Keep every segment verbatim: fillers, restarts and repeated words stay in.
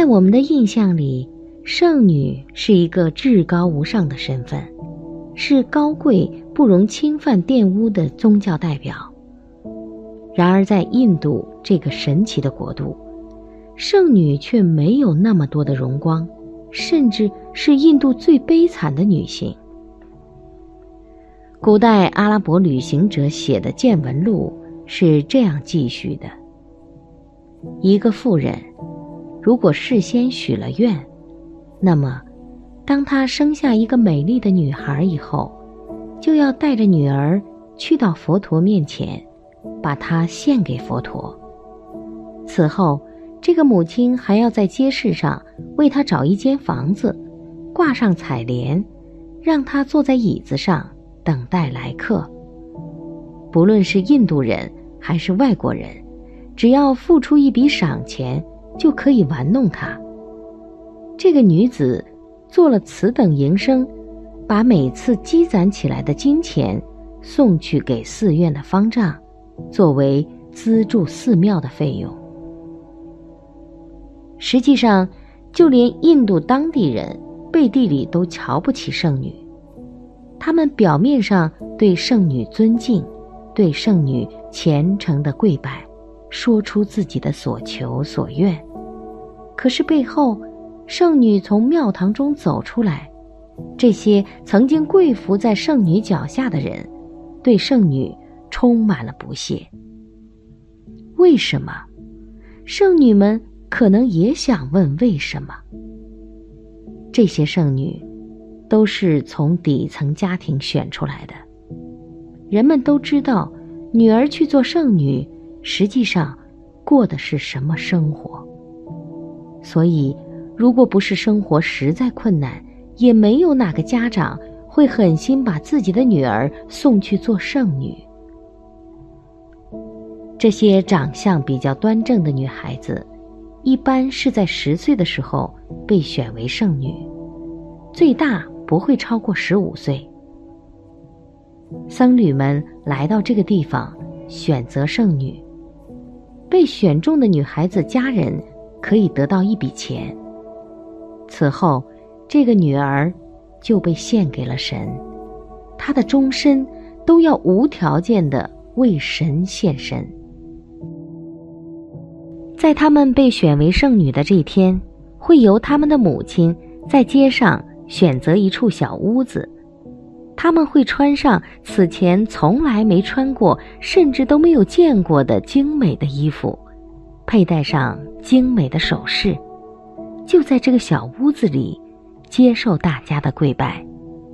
在我们的印象里，圣女是一个至高无上的身份，是高贵不容侵犯玷污的宗教代表。然而在印度这个神奇的国度，圣女却没有那么多的荣光，甚至是印度最悲惨的女性。古代阿拉伯旅行者写的见闻录是这样记叙的：一个妇人如果事先许了愿，那么当她生下一个美丽的女孩以后，就要带着女儿去到佛陀面前，把她献给佛陀。此后这个母亲还要在街市上为她找一间房子，挂上彩帘，让她坐在椅子上等待来客。不论是印度人还是外国人，只要付出一笔赏钱，就可以玩弄她。这个女子做了此等营生，把每次积攒起来的金钱送去给寺院的方丈，作为资助寺庙的费用。实际上，就连印度当地人背地里都瞧不起圣女。他们表面上对圣女尊敬，对圣女虔诚的跪拜，说出自己的所求所愿。可是背后，圣女从庙堂中走出来，这些曾经跪伏在圣女脚下的人，对圣女充满了不屑。为什么？圣女们可能也想问为什么。这些圣女都是从底层家庭选出来的，人们都知道女儿去做圣女实际上过的是什么生活。所以如果不是生活实在困难，也没有哪个家长会狠心把自己的女儿送去做圣女。这些长相比较端正的女孩子，一般是在十岁的时候被选为圣女，最大不会超过十五岁。僧侣们来到这个地方选择圣女，被选中的女孩子家人可以得到一笔钱，此后这个女儿就被献给了神，她的终身都要无条件地为神献身。在他们被选为圣女的这一天，会由他们的母亲在街上选择一处小屋子，他们会穿上此前从来没穿过甚至都没有见过的精美的衣服，佩戴上精美的首饰，就在这个小屋子里接受大家的跪拜。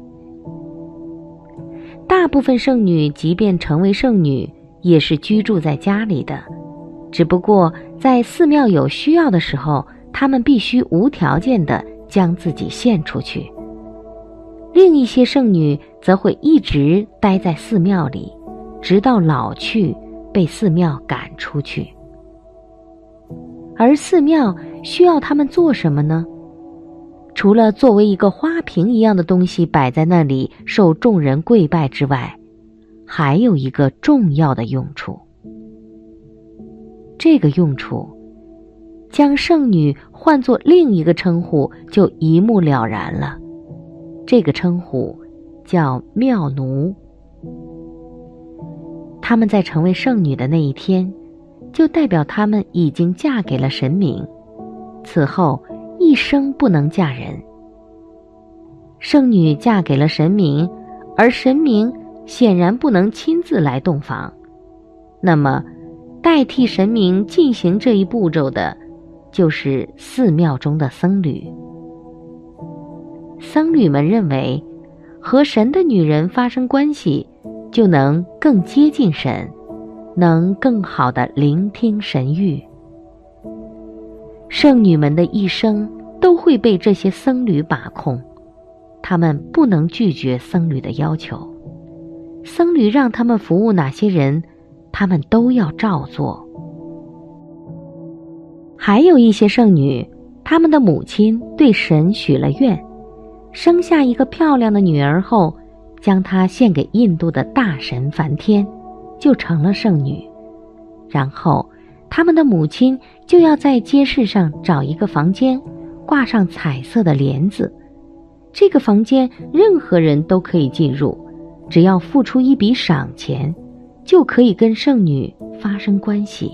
大部分圣女即便成为圣女，也是居住在家里的，只不过在寺庙有需要的时候，她们必须无条件地将自己献出去。另一些圣女则会一直待在寺庙里，直到老去被寺庙赶出去。而寺庙需要她们做什么呢？除了作为一个花瓶一样的东西摆在那里受众人跪拜之外，还有一个重要的用处。这个用处将圣女换作另一个称呼就一目了然了，这个称呼叫庙奴。她们在成为圣女的那一天，就代表她们已经嫁给了神明，此后一生不能嫁人。圣女嫁给了神明，而神明显然不能亲自来洞房，那么代替神明进行这一步骤的就是寺庙中的僧侣。僧侣们认为和神的女人发生关系，就能更接近神，能更好地聆听神谕。圣女们的一生都会被这些僧侣把控，他们不能拒绝僧侣的要求，僧侣让他们服务哪些人，他们都要照做。还有一些圣女，他们的母亲对神许了愿，生下一个漂亮的女儿后，将她献给印度的大神梵天，就成了圣女。然后他们的母亲就要在街市上找一个房间，挂上彩色的帘子。这个房间任何人都可以进入，只要付出一笔赏钱，就可以跟圣女发生关系。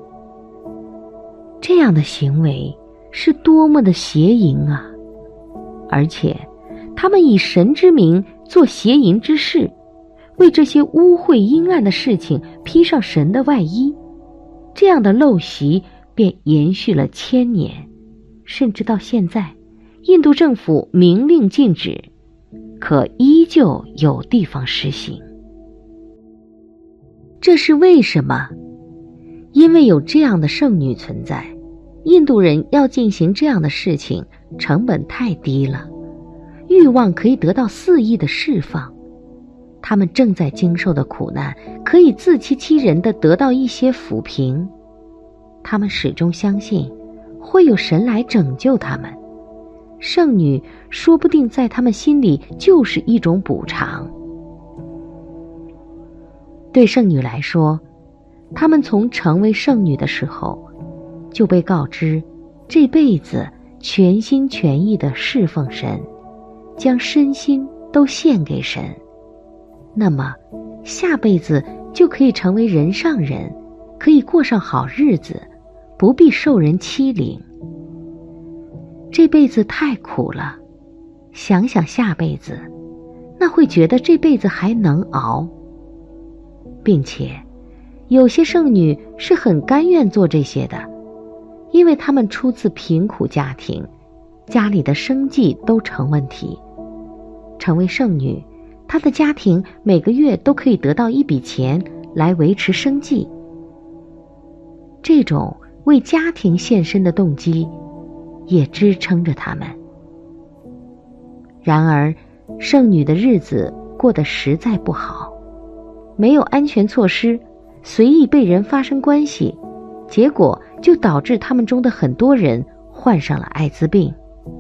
这样的行为是多么的邪淫啊！而且他们以神之名做邪淫之事，为这些污秽阴暗的事情披上神的外衣。这样的陋习便延续了千年，甚至到现在，印度政府明令禁止，可依旧有地方实行。这是为什么？因为有这样的圣女存在，印度人要进行这样的事情，成本太低了，欲望可以得到肆意的释放。他们正在经受的苦难，可以自欺欺人地得到一些抚平。他们始终相信，会有神来拯救他们。圣女说不定在他们心里就是一种补偿。对圣女来说，他们从成为圣女的时候，就被告知这辈子全心全意地侍奉神，将身心都献给神。那么下辈子就可以成为人上人，可以过上好日子，不必受人欺凌。这辈子太苦了，想想下辈子，那会觉得这辈子还能熬。并且有些圣女是很甘愿做这些的，因为她们出自贫苦家庭，家里的生计都成问题。成为圣女，她的家庭每个月都可以得到一笔钱来维持生计。这种为家庭献身的动机也支撑着他们。然而圣女的日子过得实在不好，没有安全措施，随意被人发生关系，结果就导致他们中的很多人患上了艾滋病。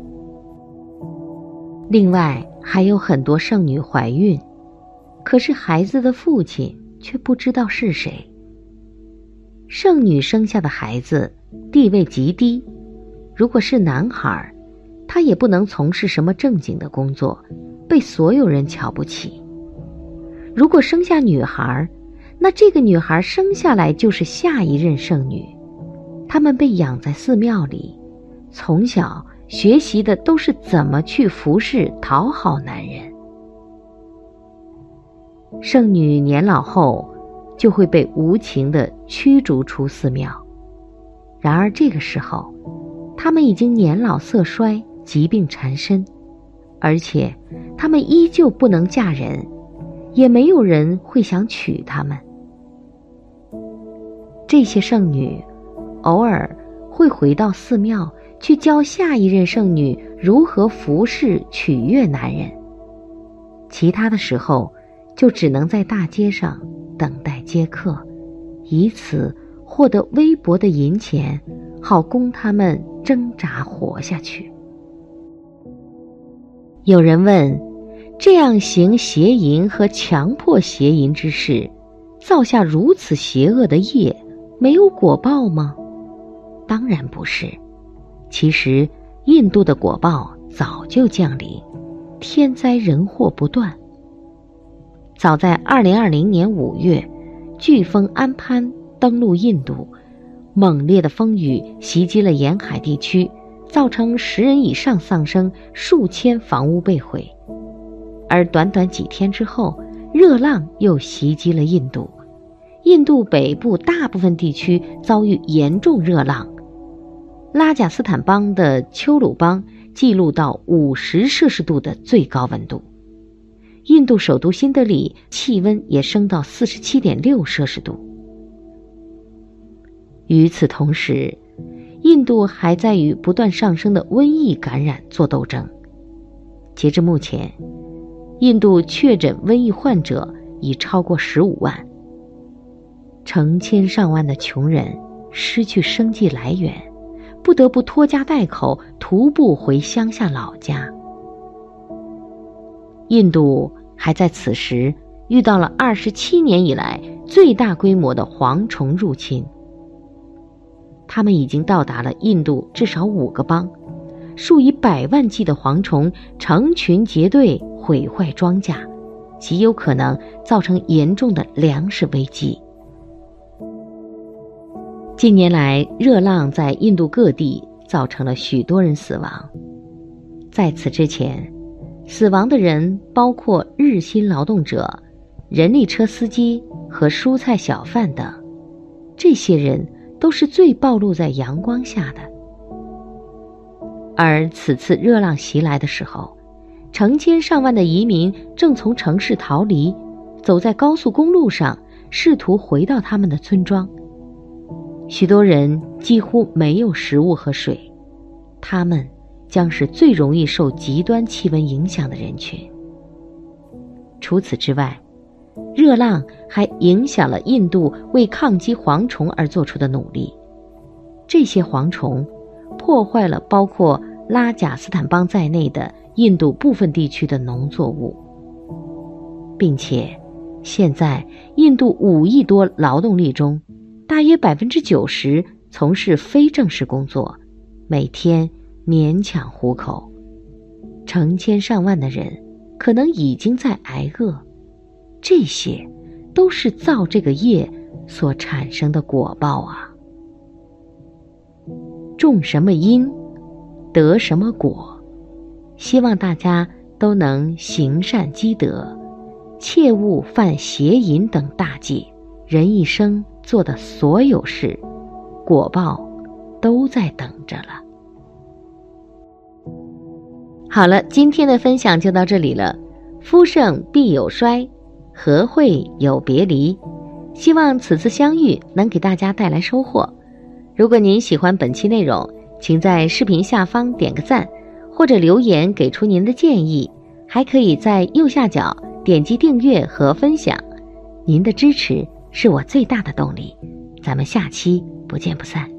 另外还有很多圣女怀孕，可是孩子的父亲却不知道是谁。圣女生下的孩子地位极低，如果是男孩，他也不能从事什么正经的工作，被所有人瞧不起。如果生下女孩，那这个女孩生下来就是下一任圣女。她们被养在寺庙里，从小学习的都是怎么去服侍讨好男人。圣女年老后就会被无情地驱逐出寺庙，然而这个时候她们已经年老色衰，疾病缠身，而且她们依旧不能嫁人，也没有人会想娶她们。这些圣女偶尔会回到寺庙去教下一任圣女如何服侍取悦男人，其他的时候就只能在大街上等待接客，以此获得微薄的银钱，好供他们挣扎活下去。有人问，这样行邪淫和强迫邪淫之事，造下如此邪恶的业，没有果报吗？当然不是。其实印度的果报早就降临，天灾人祸不断。早在二零二零年五月，飓风安潘登陆印度，猛烈的风雨袭击了沿海地区，造成十人以上丧生，数千房屋被毁。而短短几天之后，热浪又袭击了印度，印度北部大部分地区遭遇严重热浪，拉贾斯坦邦的丘鲁邦记录到五十摄氏度的最高温度，印度首都新德里气温也升到 四十七点六摄氏度。与此同时，印度还在与不断上升的瘟疫感染做斗争。截至目前，印度确诊瘟疫患者已超过十五万，成千上万的穷人失去生计来源，不得不拖家带口徒步回乡下老家。印度还在此时遇到了二十七年以来最大规模的蝗虫入侵， 他们已经到达了印度至少五个邦，数以百万计的蝗虫成群结队毁坏庄稼，极有可能造成严重的粮食危机。近年来，热浪在印度各地造成了许多人死亡。在此之前，死亡的人包括日薪劳动者、人力车司机和蔬菜小贩等，这些人都是最暴露在阳光下的。而此次热浪袭来的时候，成千上万的移民正从城市逃离，走在高速公路上，试图回到他们的村庄。许多人几乎没有食物和水，他们将是最容易受极端气温影响的人群。除此之外，热浪还影响了印度为抗击蝗虫而做出的努力。这些蝗虫破坏了包括拉贾斯坦邦在内的印度部分地区的农作物，并且现在印度五亿多劳动力中，大约百分之九十从事非正式工作，每天勉强糊口。成千上万的人可能已经在挨饿，这些都是造这个业所产生的果报啊！种什么因，得什么果。希望大家都能行善积德，切勿犯邪淫等大戒。人一生做的所有事，果报都在等着了。好了，今天的分享就到这里了。夫盛必有衰，和会有别离。希望此次相遇能给大家带来收获。如果您喜欢本期内容，请在视频下方点个赞，或者留言给出您的建议，还可以在右下角点击订阅和分享。您的支持是我最大的动力。咱们下期不见不散。